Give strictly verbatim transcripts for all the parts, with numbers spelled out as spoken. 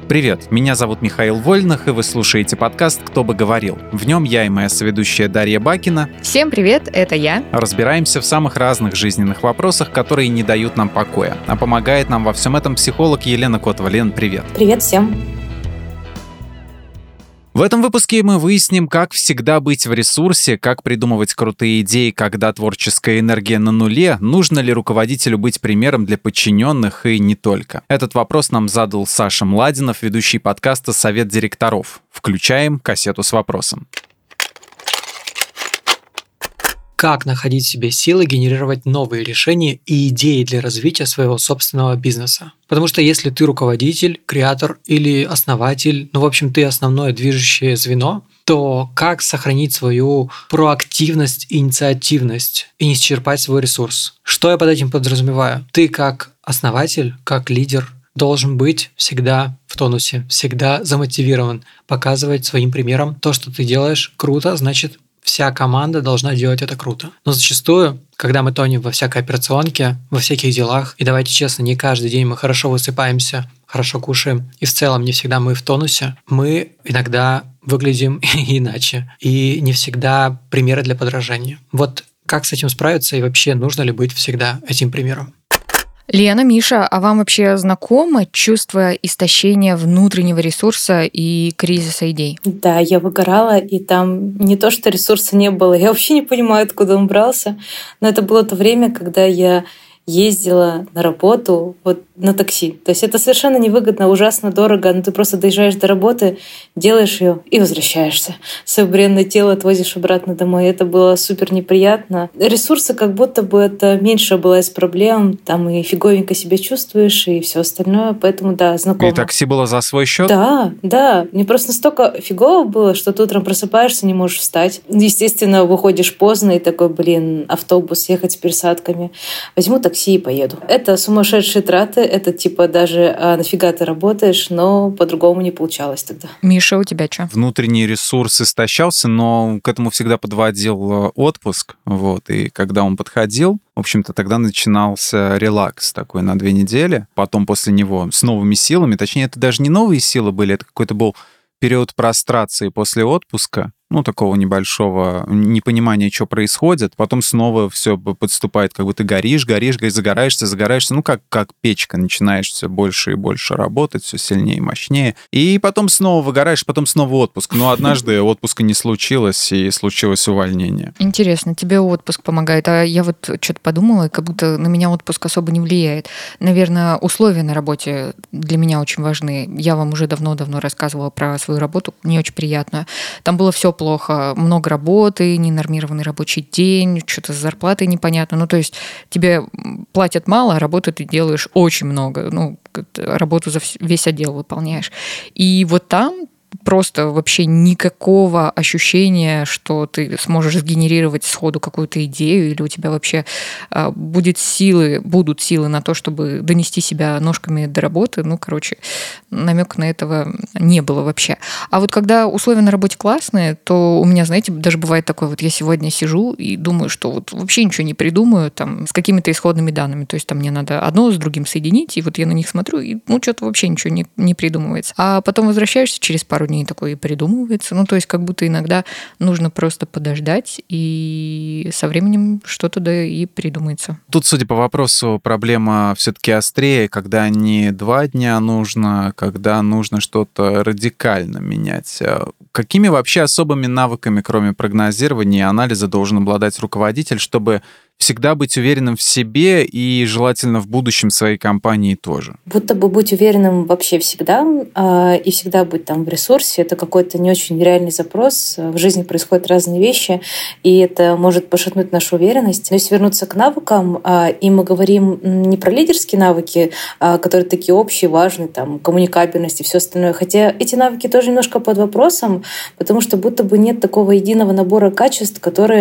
Привет, меня зовут Михаил Вольных, и вы слушаете подкаст «Кто бы говорил». В нем я и моя соведущая Дарья Бакина. Всем привет, это я. Разбираемся в самых разных жизненных вопросах, которые не дают нам покоя. А помогает нам во всем этом психолог Елена Котова. Лен, привет. Привет всем. В этом выпуске мы выясним, как всегда быть в ресурсе, как придумывать крутые идеи, когда творческая энергия на нуле, нужно ли руководителю быть примером для подчиненных и не только. Этот вопрос нам задал Саша Младинов, ведущий подкаста «Совет директоров». Включаем кассету с вопросом. Как находить в себе силы генерировать новые решения и идеи для развития своего собственного бизнеса? Потому что если ты руководитель, креатор или основатель, ну, в общем, ты основное движущее звено, то как сохранить свою проактивность и инициативность и не исчерпать свой ресурс? Что я под этим подразумеваю? Ты как основатель, как лидер должен быть всегда в тонусе, всегда замотивирован, показывать своим примером то, что ты делаешь круто, значит, вся команда должна делать это круто. Но зачастую, когда мы тонем во всякой операционке, во всяких делах, и давайте честно, не каждый день мы хорошо высыпаемся, хорошо кушаем, и в целом не всегда мы в тонусе, мы иногда выглядим иначе, и не всегда примеры для подражания. Вот как с этим справиться, и вообще нужно ли быть всегда этим примером? Лена, Миша, а вам вообще знакомо чувство истощения внутреннего ресурса и кризиса идей? Да, я выгорала, и там не то, что ресурса не было, я вообще не понимаю, откуда он брался, но это было то время, когда я ездила на работу вот на такси. То есть это совершенно невыгодно, ужасно дорого, но ты просто доезжаешь до работы, делаешь ее и возвращаешься. Свое бренное тело отвозишь обратно домой. Это было супер неприятно. Ресурсы как будто бы это меньше была из проблем. Там и фиговенько себя чувствуешь, и все остальное. Поэтому да, знакомо. И такси было за свой счет? Да, да. Мне просто настолько фигово было, что ты утром просыпаешься, не можешь встать. Естественно, выходишь поздно и такой, блин, автобус, ехать с пересадками. Возьму такси и поеду. Это сумасшедшие траты, это типа даже а нафига ты работаешь, но по-другому не получалось тогда. Миша, у тебя что? Внутренний ресурс истощался, но к этому всегда подводил отпуск. Вот, и когда он подходил, в общем-то, тогда начинался релакс такой на две недели. Потом после него с новыми силами, точнее, это даже не новые силы были, это какой-то был период прострации после отпуска, ну, такого небольшого непонимания, что происходит. Потом снова все подступает, как бы ты горишь, горишь, горишь, загораешься, загораешься. Ну, как, как печка, начинаешь все больше и больше работать, все сильнее и мощнее. И потом снова выгораешь, потом снова отпуск. Но однажды отпуска не случилось, и случилось увольнение. Интересно, тебе отпуск помогает. А я вот что-то подумала, как будто на меня отпуск особо не влияет. Наверное, условия на работе для меня очень важны. Я вам уже давно-давно рассказывала про свою работу, не очень приятную. Там было все плохо, много работы, ненормированный рабочий день, что-то с зарплатой непонятно. Ну, то есть тебе платят мало, а работы ты делаешь очень много. Ну, работу за весь отдел выполняешь. И вот там просто вообще никакого ощущения, что ты сможешь сгенерировать сходу какую-то идею, или у тебя вообще а, будет силы, будут силы на то, чтобы донести себя ножками до работы. Ну, короче, намека на этого не было вообще. А вот когда условия на работе классные, то у меня, знаете, даже бывает такое, вот я сегодня сижу и думаю, что вот вообще ничего не придумаю там с какими-то исходными данными. То есть там мне надо одно с другим соединить, и вот я на них смотрю, и ну, что-то вообще ничего не, не придумывается. А потом возвращаешься через пару дней такое и придумывается. Ну, то есть как будто иногда нужно просто подождать, и со временем что-то да и придумается. Тут, судя по вопросу, проблема все-таки острее, когда не два дня нужно, когда нужно что-то радикально менять. Какими вообще особыми навыками, кроме прогнозирования и анализа, должен обладать руководитель, чтобы всегда быть уверенным в себе и желательно в будущем своей компании тоже? Будто бы быть уверенным вообще всегда э, и всегда быть там в ресурсе — это какой-то не очень реальный запрос. В жизни происходят разные вещи, и это может пошатнуть нашу уверенность. Но если вернуться к навыкам, э, и мы говорим не про лидерские навыки, э, которые такие общие, важные, там, коммуникабельность и все остальное, хотя эти навыки тоже немножко под вопросом, потому что будто бы нет такого единого набора качеств, которые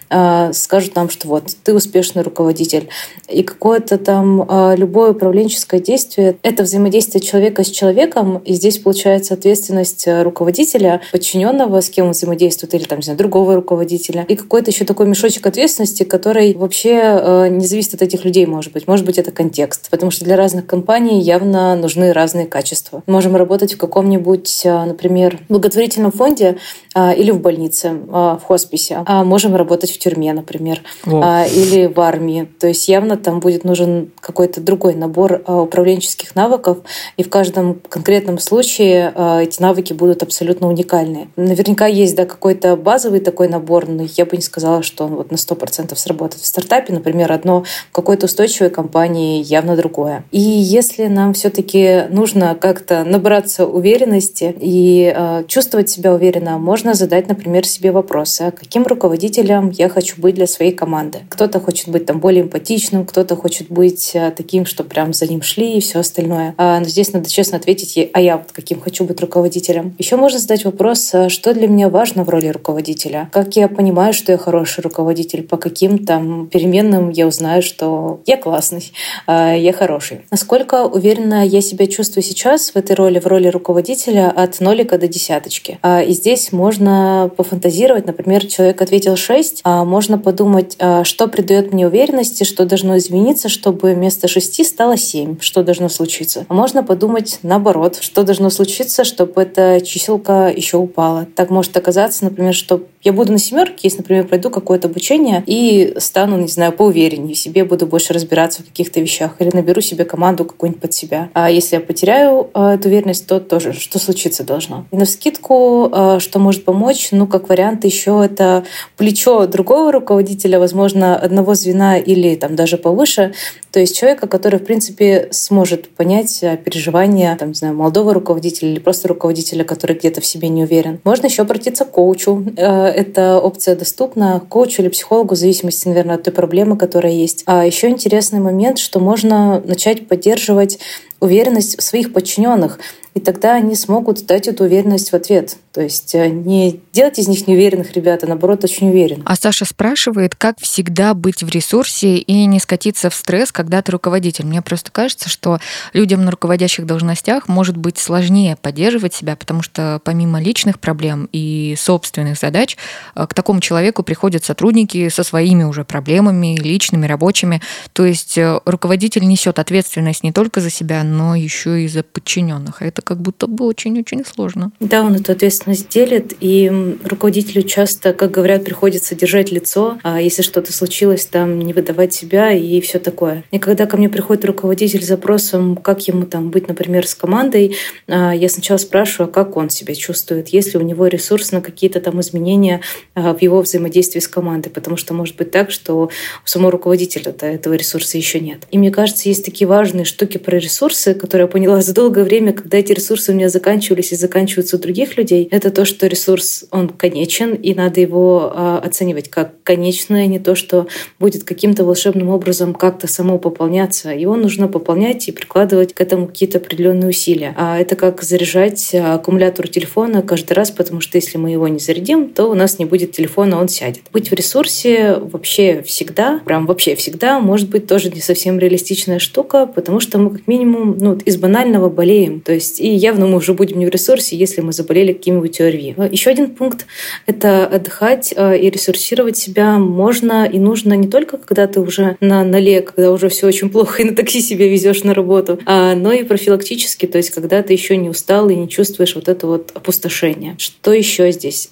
скажут нам, что вот, ты успешный руководитель. И какое-то там любое управленческое действие — это взаимодействие человека с человеком, и здесь получается ответственность руководителя, подчиненного, с кем он взаимодействует, или там, не знаю, другого руководителя, и какой-то еще такой мешочек ответственности, который вообще не зависит от этих людей, может быть. Может быть, это контекст, потому что для разных компаний явно нужны разные качества. Мы можем работать в каком-нибудь, например, благотворительном фонде или в больнице, в хосписе. Можем работать в тюрьме, например, wow. или в армии. То есть явно там будет нужен какой-то другой набор управленческих навыков, и в каждом конкретном случае эти навыки будут абсолютно уникальные. Наверняка есть, да, какой-то базовый такой набор, но я бы не сказала, что он вот на сто процентов сработает. В стартапе, например, одно, в какой-то устойчивой компании явно другое. И если нам все-таки нужно как-то набраться уверенности и э, чувствовать себя уверенно, можно задать, например, себе вопросы: а каким руководителем я хочу быть для своей команды? Кто-то хочет быть там более эмпатичным, кто-то хочет быть э, таким, что прям за ним шли и все остальное. А, но здесь надо честно ответить: а я вот каким хочу быть руководителем? Еще можно задать вопрос: что для меня важно в роли руководителя? Как я понимаю, что я хороший руководитель? По каким там переменным я узнаю, что я классный, э, я хороший? Насколько уверенно я себя чувствую сейчас в этой роли, в роли руководителя, от нолика до десяточки? А, и здесь можно пофантазировать. Например, человек ответил шесть, а можно подумать, а что придает мне уверенности, что должно измениться, чтобы вместо шести стало семь, что должно случиться. А можно подумать наоборот, что должно случиться, чтобы эта чиселка еще упала. Так может оказаться, например, что я буду на семерке, если, например, пройду какое-то обучение и стану, не знаю, поувереннее в себе, буду больше разбираться в каких-то вещах, или наберу себе команду какую-нибудь под себя. А если я потеряю э, эту уверенность, то тоже что случиться должно. И навскидку, э, что может помочь, ну, как вариант, еще это плечо другого руководителя, возможно, одного звена или там даже повыше, то есть человека, который, в принципе, сможет понять переживания, там, не знаю, молодого руководителя или просто руководителя, который где-то в себе не уверен. Можно еще обратиться к коучу. Эта опция доступна коучу или психологу, в зависимости, наверное, от той проблемы, которая есть. А еще интересный момент, что можно начать поддерживать уверенность в своих подчиненных, и тогда они смогут дать эту уверенность в ответ. То есть не делать из них неуверенных ребят, а наоборот очень уверенных. А Саша спрашивает, как всегда быть в ресурсе и не скатиться в стресс, когда ты руководитель. Мне просто кажется, что людям на руководящих должностях может быть сложнее поддерживать себя, потому что помимо личных проблем и собственных задач, к такому человеку приходят сотрудники со своими уже проблемами, личными, рабочими. То есть руководитель несет ответственность не только за себя, но еще и за подчиненных. Это как будто бы очень-очень сложно. Да, он эту ответственность делит, и руководителю часто, как говорят, приходится держать лицо, а если что-то случилось, там не выдавать себя и все такое. И когда ко мне приходит руководитель с запросом, как ему там быть, например, с командой, я сначала спрашиваю, как он себя чувствует, есть ли у него ресурс на какие-то там изменения в его взаимодействии с командой, потому что может быть так, что у самого руководителя-то этого ресурса еще нет. И мне кажется, есть такие важные штуки про ресурсы, которые я поняла за долгое время, когда эти ресурсы у меня заканчивались и заканчиваются у других людей. Это то, что ресурс, он конечен, и надо его а, оценивать как конечное, не то, что будет каким-то волшебным образом как-то само пополняться. Его нужно пополнять и прикладывать к этому какие-то определенные усилия. А это как заряжать аккумулятор телефона каждый раз, потому что если мы его не зарядим, то у нас не будет телефона, он сядет. Быть в ресурсе вообще всегда, прям вообще всегда, может быть тоже не совсем реалистичная штука, потому что мы как минимум ну, из банального болеем. То есть и явно мы уже будем не в ресурсе, если мы заболели каким-нибудь ОРВИ. Еще один пункт — это отдыхать и ресурсировать себя можно и нужно не только когда ты уже на ноле, когда уже все очень плохо и на такси себя везешь на работу, но и профилактически, то есть когда ты еще не устал и не чувствуешь вот это вот опустошение. Что еще здесь?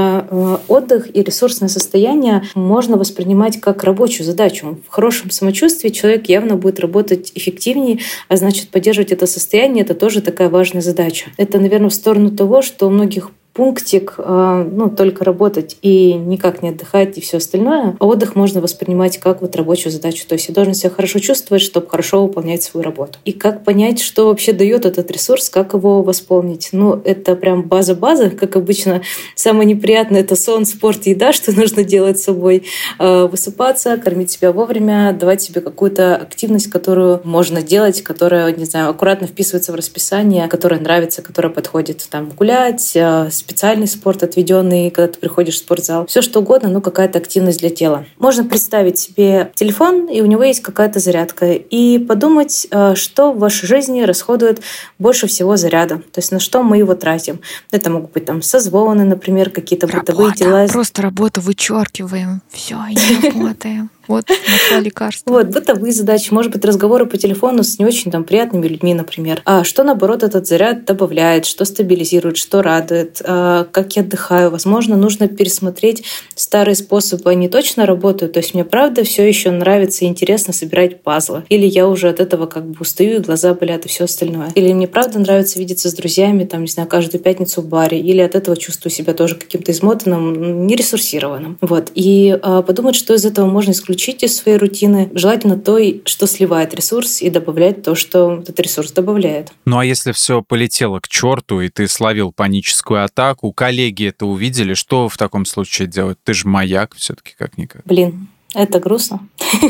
Это отдых и ресурсное состояние можно воспринимать как рабочую задачу. В хорошем самочувствии человек явно будет работать эффективнее, а значит, поддерживать это состояние — это тоже такая важная задача. Это, наверное, в сторону того, что у многих пунктик, ну, только работать и никак не отдыхать и все остальное. А отдых можно воспринимать как вот рабочую задачу. То есть я должен себя хорошо чувствовать, чтобы хорошо выполнять свою работу. И как понять, что вообще дает этот ресурс, как его восполнить? Ну, это прям база-база. Как обычно, самое неприятное — это сон, спорт, еда, что нужно делать с собой. Высыпаться, кормить себя вовремя, давать себе какую-то активность, которую можно делать, которая, не знаю, аккуратно вписывается в расписание, которая нравится, которая подходит. Там гулять, специальный спорт, отведенный, когда ты приходишь в спортзал. Все что угодно, ну какая-то активность для тела. Можно представить себе телефон, и у него есть какая-то зарядка, и подумать, что в вашей жизни расходует больше всего заряда. То есть на что мы его тратим. Это могут быть там созвоны, например, какие-то Работа. бытовые дела. Просто работу вычеркиваем. Все, и не работаем. Вот, нашла лекарство. Вот, бытовые задачи, может быть, разговоры по телефону с не очень там приятными людьми, например. А что, наоборот, этот заряд добавляет, что стабилизирует, что радует, а, как я отдыхаю. Возможно, нужно пересмотреть старые способы. Они точно работают? То есть мне правда все еще нравится и интересно собирать пазлы? Или я уже от этого как бы устаю, и глаза болят, и все остальное? Или мне правда нравится видеться с друзьями, там, не знаю, каждую пятницу в баре? Или от этого чувствую себя тоже каким-то измотанным, нересурсированным? Вот. И а, подумать, что из этого можно исключить из своей рутины, желательно то, что сливает ресурс, и добавлять то, что этот ресурс добавляет. Ну а если все полетело к черту, и ты словил паническую атаку, коллеги это увидели, что в таком случае делать? Ты же маяк все-таки как-никак. Блин, это грустно.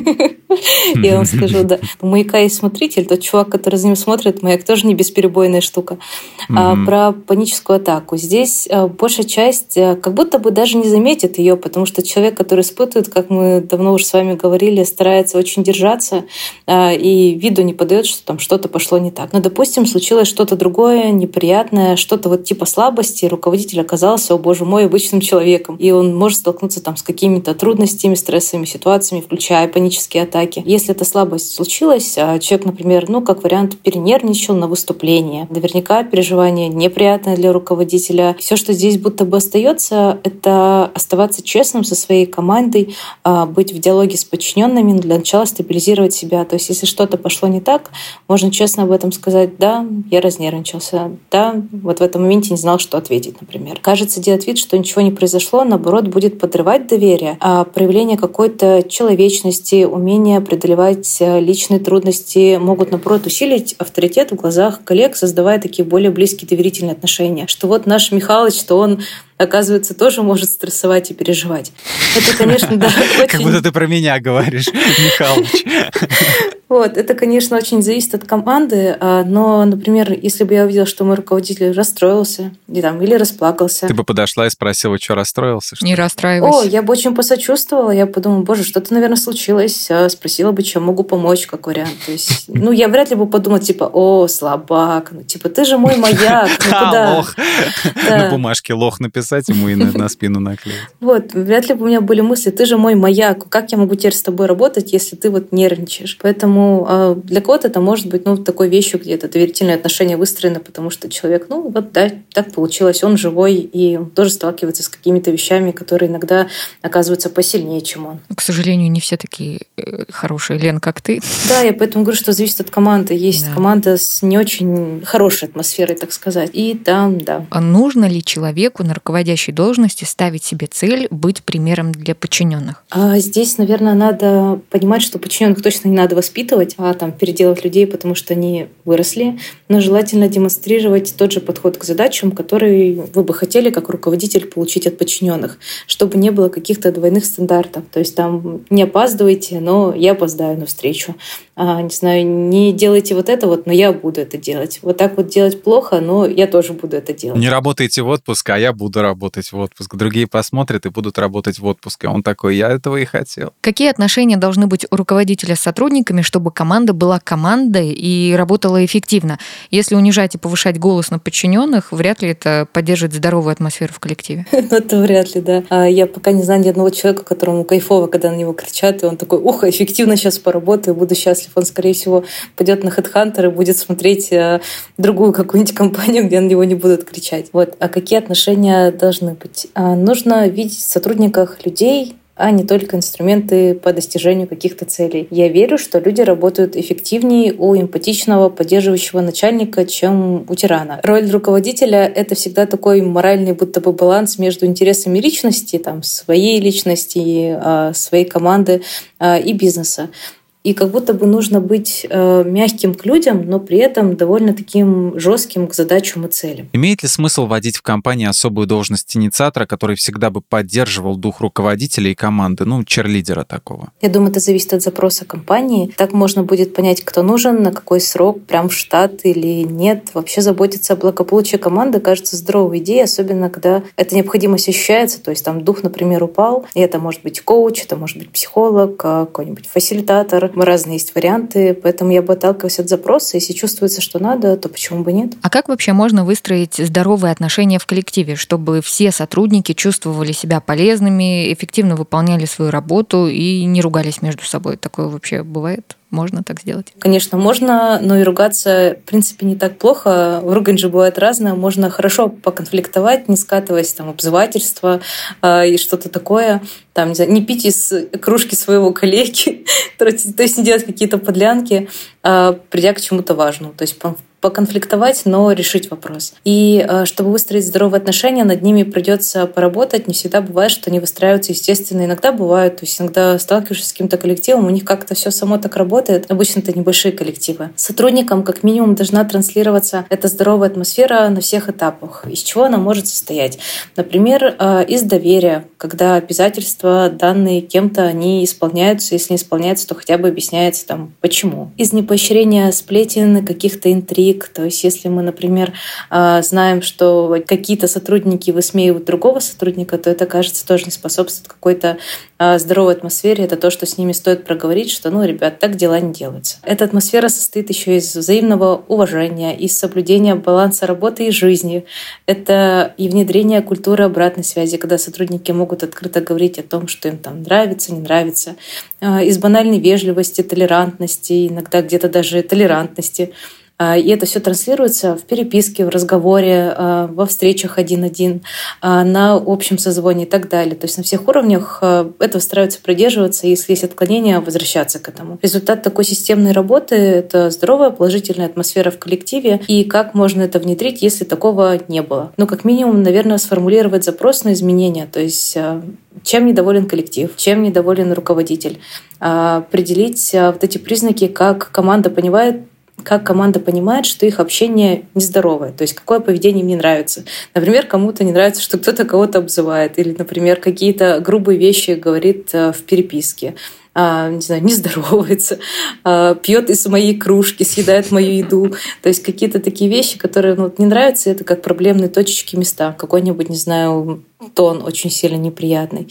Я вам скажу, да. У маяка есть смотритель, тот чувак, который за ним смотрит, маяк тоже не бесперебойная штука. А про паническую атаку. Здесь большая часть как будто бы даже не заметит ее, потому что человек, который испытывает, как мы давно уже с вами говорили, старается очень держаться и виду не подает, что там что-то пошло не так. Но, допустим, случилось что-то другое, неприятное, что-то вот типа слабости, и руководитель оказался, о боже мой, обычным человеком. И он может столкнуться там с какими-то трудностями, стрессовыми ситуациями, включая панические атаки. Если эта слабость случилась, человек, например, ну, как вариант, перенервничал на выступлении. Наверняка переживание неприятное для руководителя. Все, что здесь будто бы остается, это оставаться честным со своей командой, быть в диалоге с подчиненными, для начала стабилизировать себя. То есть, если что-то пошло не так, можно честно об этом сказать: да, я разнервничался, да, вот в этом моменте не знал, что ответить, например. Кажется, делать вид, что ничего не произошло, наоборот, будет подрывать доверие, а проявление какой-то человечности, умение преодолевать личные трудности могут, наоборот, усилить авторитет в глазах коллег, создавая такие более близкие доверительные отношения. Что вот наш Михалыч, что он, оказывается, тоже может стрессовать и переживать. Это, конечно, да, очень... Как будто ты про меня говоришь, Михалыч. Вот, это, конечно, очень зависит от команды, но, например, если бы я увидела, что мой руководитель расстроился или, там, или расплакался... Ты бы подошла и спросила, что расстроился? Что? Не расстраивайся. О, я бы очень посочувствовала, я подумала: боже, что-то, наверное, случилось, спросила бы, чем могу помочь, как вариант. То есть, ну, я вряд ли бы подумала, типа: о, слабак, ну, типа, ты же мой маяк, ну куда? Лох. На бумажке лох написать ему и на спину наклеить. Вот, вряд ли бы у меня были мысли: ты же мой маяк, как я могу теперь с тобой работать, если ты вот нервничаешь? Поэтому для кого-то это может быть, ну, такой вещью, где это доверительные отношения выстроены, потому что человек, ну, вот да, так получилось, он живой, и он тоже сталкивается с какими-то вещами, которые иногда оказываются посильнее, чем он. К сожалению, не все такие хорошие, Лен, как ты. Да, я поэтому говорю, что зависит от команды. Есть да. команда с не очень хорошей атмосферой, так сказать. И там, да. А нужно ли человеку на руководящей должности ставить себе цель быть примером для подчиненных? А здесь, наверное, надо понимать, что подчиненных точно не надо воспитывать, а там переделать людей, потому что они выросли. Но желательно демонстрировать тот же подход к задачам, который вы бы хотели как руководитель получить от подчиненных, чтобы не было каких-то двойных стандартов. То есть там: не опаздывайте, но я опоздаю на встречу. А, не знаю, не делайте вот это вот, но я буду это делать. Вот так вот делать плохо, но я тоже буду это делать. Не работайте в отпуск, а я буду работать в отпуск. Другие посмотрят и будут работать в отпуске. Он такой: я этого и хотел. Какие отношения должны быть у руководителя с сотрудниками, чтобы команда была командой и работала эффективно? Если унижать и повышать голос на подчиненных, вряд ли это поддержит здоровую атмосферу в коллективе. Это вряд ли, да. Я пока не знаю ни одного человека, которому кайфово, когда на него кричат, и он такой: ух, эффективно сейчас поработаю, буду счастлив. Он, скорее всего, пойдет на HeadHunter и будет смотреть другую какую-нибудь компанию, где на него не будут кричать. Вот. А какие отношения должны быть? Нужно видеть в сотрудниках людей, а не только инструменты по достижению каких-то целей. Я верю, что люди работают эффективнее у эмпатичного, поддерживающего начальника, чем у тирана. Роль руководителя — это всегда такой моральный будто бы баланс между интересами личности, там, своей личности, своей команды и бизнеса. и как будто бы нужно быть э, мягким к людям, но при этом довольно таким жестким к задачам и целям. Имеет ли смысл вводить в компании особую должность инициатора, который всегда бы поддерживал дух руководителя и команды, ну, черлидера такого? Я думаю, это зависит от запроса компании. Так можно будет понять, кто нужен, на какой срок, прям в штат или нет. Вообще заботиться о благополучии команды кажется здоровой идеей, особенно когда эта необходимость ощущается. То есть там дух, например, упал, и это может быть коуч, это может быть психолог, какой-нибудь фасилитатор. Разные есть варианты, поэтому я бы отталкивалась от запроса. Если чувствуется, что надо, то почему бы нет? А как вообще можно выстроить здоровые отношения в коллективе, чтобы все сотрудники чувствовали себя полезными, эффективно выполняли свою работу и не ругались между собой? Такое вообще бывает? Можно так сделать? Конечно, можно, но и ругаться, в принципе, не так плохо. Ругань же бывает разная. Можно хорошо поконфликтовать, не скатываясь там обзывательства э, и что-то такое. Там, не знаю, не пить из кружки своего коллеги, то есть не делать какие-то подлянки, э, придя к чему-то важному. То есть поконфликтовать, но решить вопрос. И чтобы выстроить здоровые отношения, над ними придется поработать. Не всегда бывает, что они выстраиваются естественно. Иногда бывают, то есть иногда сталкиваешься с каким-то коллективом, у них как-то все само так работает. Обычно это небольшие коллективы. Сотрудникам как минимум должна транслироваться эта здоровая атмосфера на всех этапах. Из чего она может состоять? Например, из доверия, когда обязательства, данные кем-то, они исполняются. Если не исполняются, то хотя бы объясняется там почему. Из непоощрения сплетен, каких-то интриг. То есть если мы, например, знаем, что какие-то сотрудники высмеивают другого сотрудника, то это, кажется, тоже не способствует какой-то здоровой атмосфере. Это то, что с ними стоит проговорить, что, ну, ребят, так дела не делаются. Эта атмосфера состоит еще из взаимного уважения, из соблюдения баланса работы и жизни. Это и внедрение культуры обратной связи, когда сотрудники могут открыто говорить о том, что им там нравится, не нравится. Из банальной вежливости, толерантности, иногда где-то даже толерантности. И это все транслируется в переписке, в разговоре, во встречах один-один, на общем созвоне и так далее. То есть на всех уровнях этого стараются придерживаться, и если есть отклонения, возвращаться к этому. Результат такой системной работы — это здоровая, положительная атмосфера в коллективе. И как можно это внедрить, если такого не было? Ну, как минимум, наверное, сформулировать запрос на изменения. То есть чем недоволен коллектив, чем недоволен руководитель. Определить вот эти признаки, как команда понимает, как команда понимает, что их общение нездоровое, то есть какое поведение им не нравится. Например, кому-то не нравится, что кто-то кого-то обзывает, или, например, какие-то грубые вещи говорит в переписке, не знаю, не здоровается, пьет из моей кружки, съедает мою еду. То есть какие-то такие вещи, которые ну, не нравятся, это как проблемные точечки, места. Какой-нибудь, не знаю, тон очень сильно неприятный.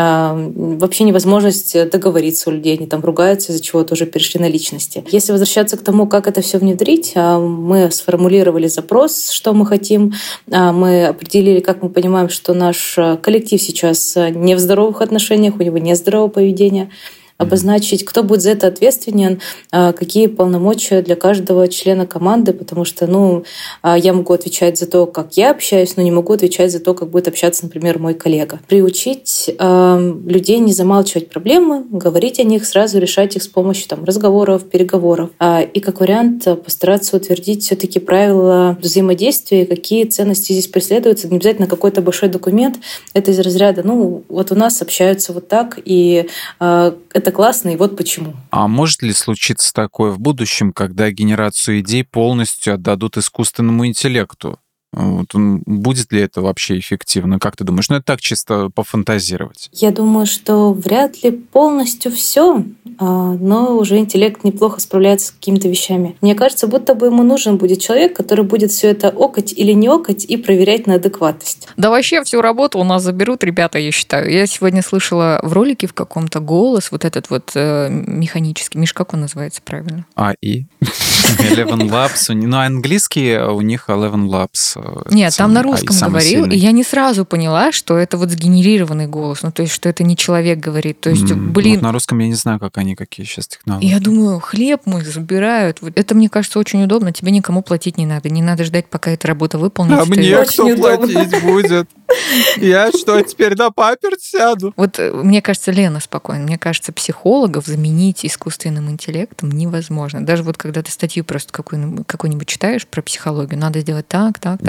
Вообще невозможность договориться у людей, они там ругаются, из-за чего тоже перешли на личности. Если возвращаться к тому, как это все внедрить, мы сформулировали запрос, что мы хотим, мы определили, как мы понимаем, что наш коллектив сейчас не в здоровых отношениях, у него нет здорового поведения, обозначить, кто будет за это ответственен, какие полномочия для каждого члена команды, потому что, ну, я могу отвечать за то, как я общаюсь, но не могу отвечать за то, как будет общаться, например, мой коллега. Приучить людей не замалчивать проблемы, говорить о них, сразу решать их с помощью там, разговоров, переговоров. И как вариант постараться утвердить все-таки правила взаимодействия, какие ценности здесь преследуются. Не обязательно какой-то большой документ. Это из разряда, ну, вот у нас общаются вот так, и это классно, и вот почему. А может ли случиться такое в будущем, когда генерацию идей полностью отдадут искусственному интеллекту? Вот, будет ли это вообще эффективно? Как ты думаешь? Ну, это так чисто пофантазировать. Я думаю, что вряд ли полностью все, но уже интеллект неплохо справляется с какими-то вещами. Мне кажется, будто бы ему нужен будет человек, который будет все это окать или не окать и проверять на адекватность. Да вообще всю работу у нас заберут, ребята, я считаю. Я сегодня слышала в ролике в каком-то голос, вот этот вот э, механический, Миш, как он называется правильно? эй ай. Eleven Labs. Ну, английский у них Eleven Labs. Нет, там на русском говорил, и я не сразу поняла, что это вот сгенерированный голос, ну, то есть, что это не человек говорит. То есть, mm, блин... Вот на русском я не знаю, как они, какие сейчас технологии. Я думаю, хлеб мой забирают. Вот это, мне кажется, очень удобно. Тебе никому платить не надо. Не надо ждать, пока эта работа выполнится. А мне кто платить будет? Я что, теперь на паперт сяду? Вот мне кажется, Лена спокойно. Мне кажется, психологов заменить искусственным интеллектом невозможно. Даже вот когда ты статью просто какую-нибудь, какую-нибудь читаешь про психологию, надо сделать так, так, так.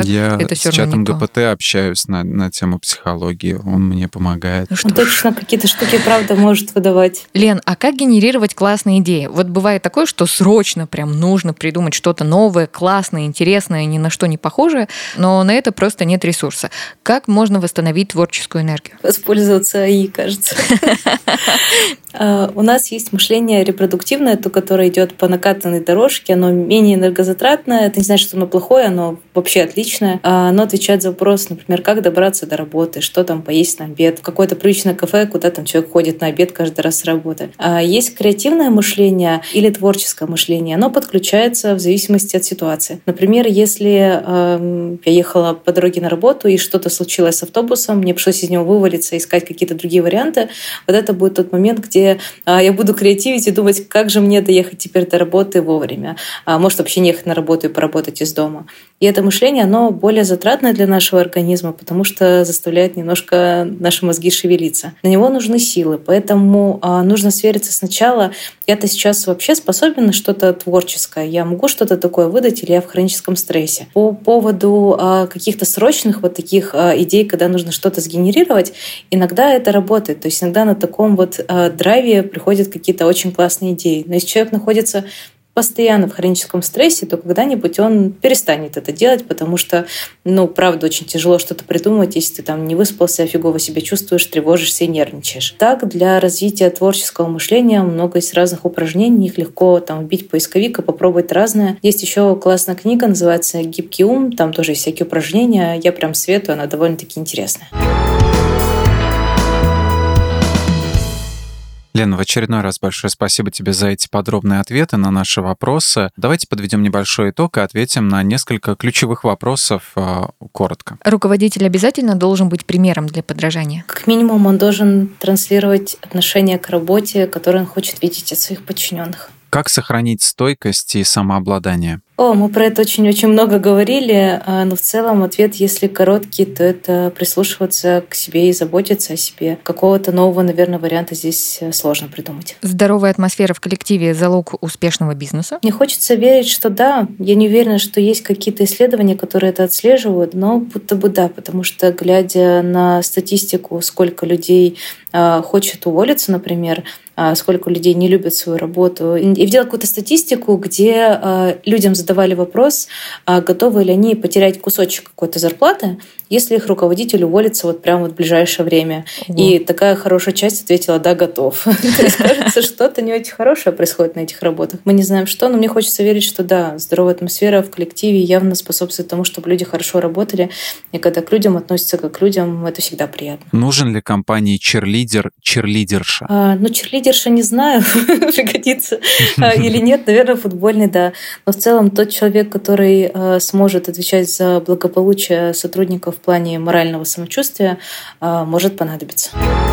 так Я это все с равно чатом не то. ГПТ общаюсь на, на тему психологии, он мне помогает. Ну что Он ж. точно какие-то штуки, правда, может выдавать. Лен, а как генерировать классные идеи? Вот бывает такое, что срочно прям нужно придумать что-то новое, классное, интересное, ни на что не похожее, но на это просто нет ресурса. Как можно восстановить творческую энергию? Воспользоваться эй ай, кажется. А, У нас есть мышление репродуктивное, то, которое идет по накатанной дорожке, оно менее энергозатратное. Это не значит, что оно плохое, оно вообще отличное. А, Оно отвечает за вопрос, например, как добраться до работы, что там поесть на обед, в какое-то привычное кафе, куда там человек ходит на обед каждый раз с работы. А есть креативное мышление или творческое мышление. Оно подключается в зависимости от ситуации. Например, если эм, я ехала по дороге на работу и что-то случилось с автобусом, мне пришлось из него вывалиться, искать какие-то другие варианты, вот это будет тот момент, где а, я буду креативить и думать, как же мне доехать теперь до работы вовремя. А, может, вообще не ехать на работу и поработать из дома. И это мышление, оно более затратное для нашего организма, потому что заставляет немножко наши мозги шевелиться. На него нужны силы, поэтому а, нужно свериться сначала. Я-то сейчас вообще способен на что-то творческое. Я могу что-то такое выдать, или я в хроническом стрессе. По поводу а, каких-то срочных вот таких а, идей, когда нужно что-то сгенерировать, иногда это работает. То есть иногда на таком вот а, драйве приходят какие-то очень классные идеи. Но если человек находится постоянно в хроническом стрессе, то когда-нибудь он перестанет это делать, потому что, ну, правда, очень тяжело что-то придумать, если ты там не выспался, а фигово себя чувствуешь, тревожишься и нервничаешь. Так, для развития творческого мышления много есть разных упражнений, их легко там вбить в поисковик и попробовать разное. Есть еще классная книга, называется «Гибкий ум», там тоже есть всякие упражнения, я прям советую, она довольно-таки интересная. Лена, в очередной раз большое спасибо тебе за эти подробные ответы на наши вопросы. Давайте подведем небольшой итог и ответим на несколько ключевых вопросов э, коротко. Руководитель обязательно должен быть примером для подражания? Как минимум, он должен транслировать отношение к работе, которое он хочет видеть от своих подчиненных. Как сохранить стойкость и самообладание? О, мы про это очень-очень много говорили, но в целом ответ, если короткий, то это прислушиваться к себе и заботиться о себе. Какого-то нового, наверное, варианта здесь сложно придумать. Здоровая атмосфера в коллективе – залог успешного бизнеса? Мне хочется верить, что да. Я не уверена, что есть какие-то исследования, которые это отслеживают, но будто бы да, потому что, глядя на статистику, сколько людей э, хочет уволиться, например, э, сколько людей не любят свою работу, и видела какую-то статистику, где э, людям задавали вопрос, э, готовы ли они потерять кусочек какой-то зарплаты, если их руководитель уволится вот прямо вот в ближайшее время. Угу. И такая хорошая часть ответила: да, готов. То есть, кажется, что-то не очень хорошее происходит на этих работах. Мы не знаем, что, но мне хочется верить, что да, здоровая атмосфера в коллективе явно способствует тому, чтобы люди хорошо работали. И когда к людям относятся как к людям, это всегда приятно. Нужен ли компании черлидер, черлидерша? А, ну, черлидерша не знаю, пригодится или нет. Наверное, футбольный, да. Но в целом тот человек, который сможет отвечать за благополучие сотрудников в плане морального самочувствия, может понадобиться.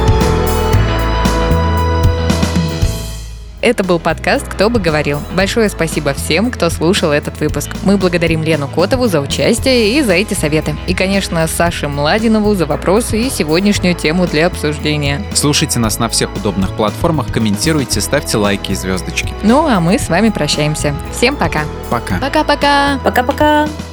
Это был подкаст «Кто бы говорил». Большое спасибо всем, кто слушал этот выпуск. Мы благодарим Лену Котову за участие и за эти советы. И, конечно, Саше Младинову за вопросы и сегодняшнюю тему для обсуждения. Слушайте нас на всех удобных платформах, комментируйте, ставьте лайки и звездочки. Ну, а мы с вами прощаемся. Всем пока. Пока. Пока-пока. Пока-пока.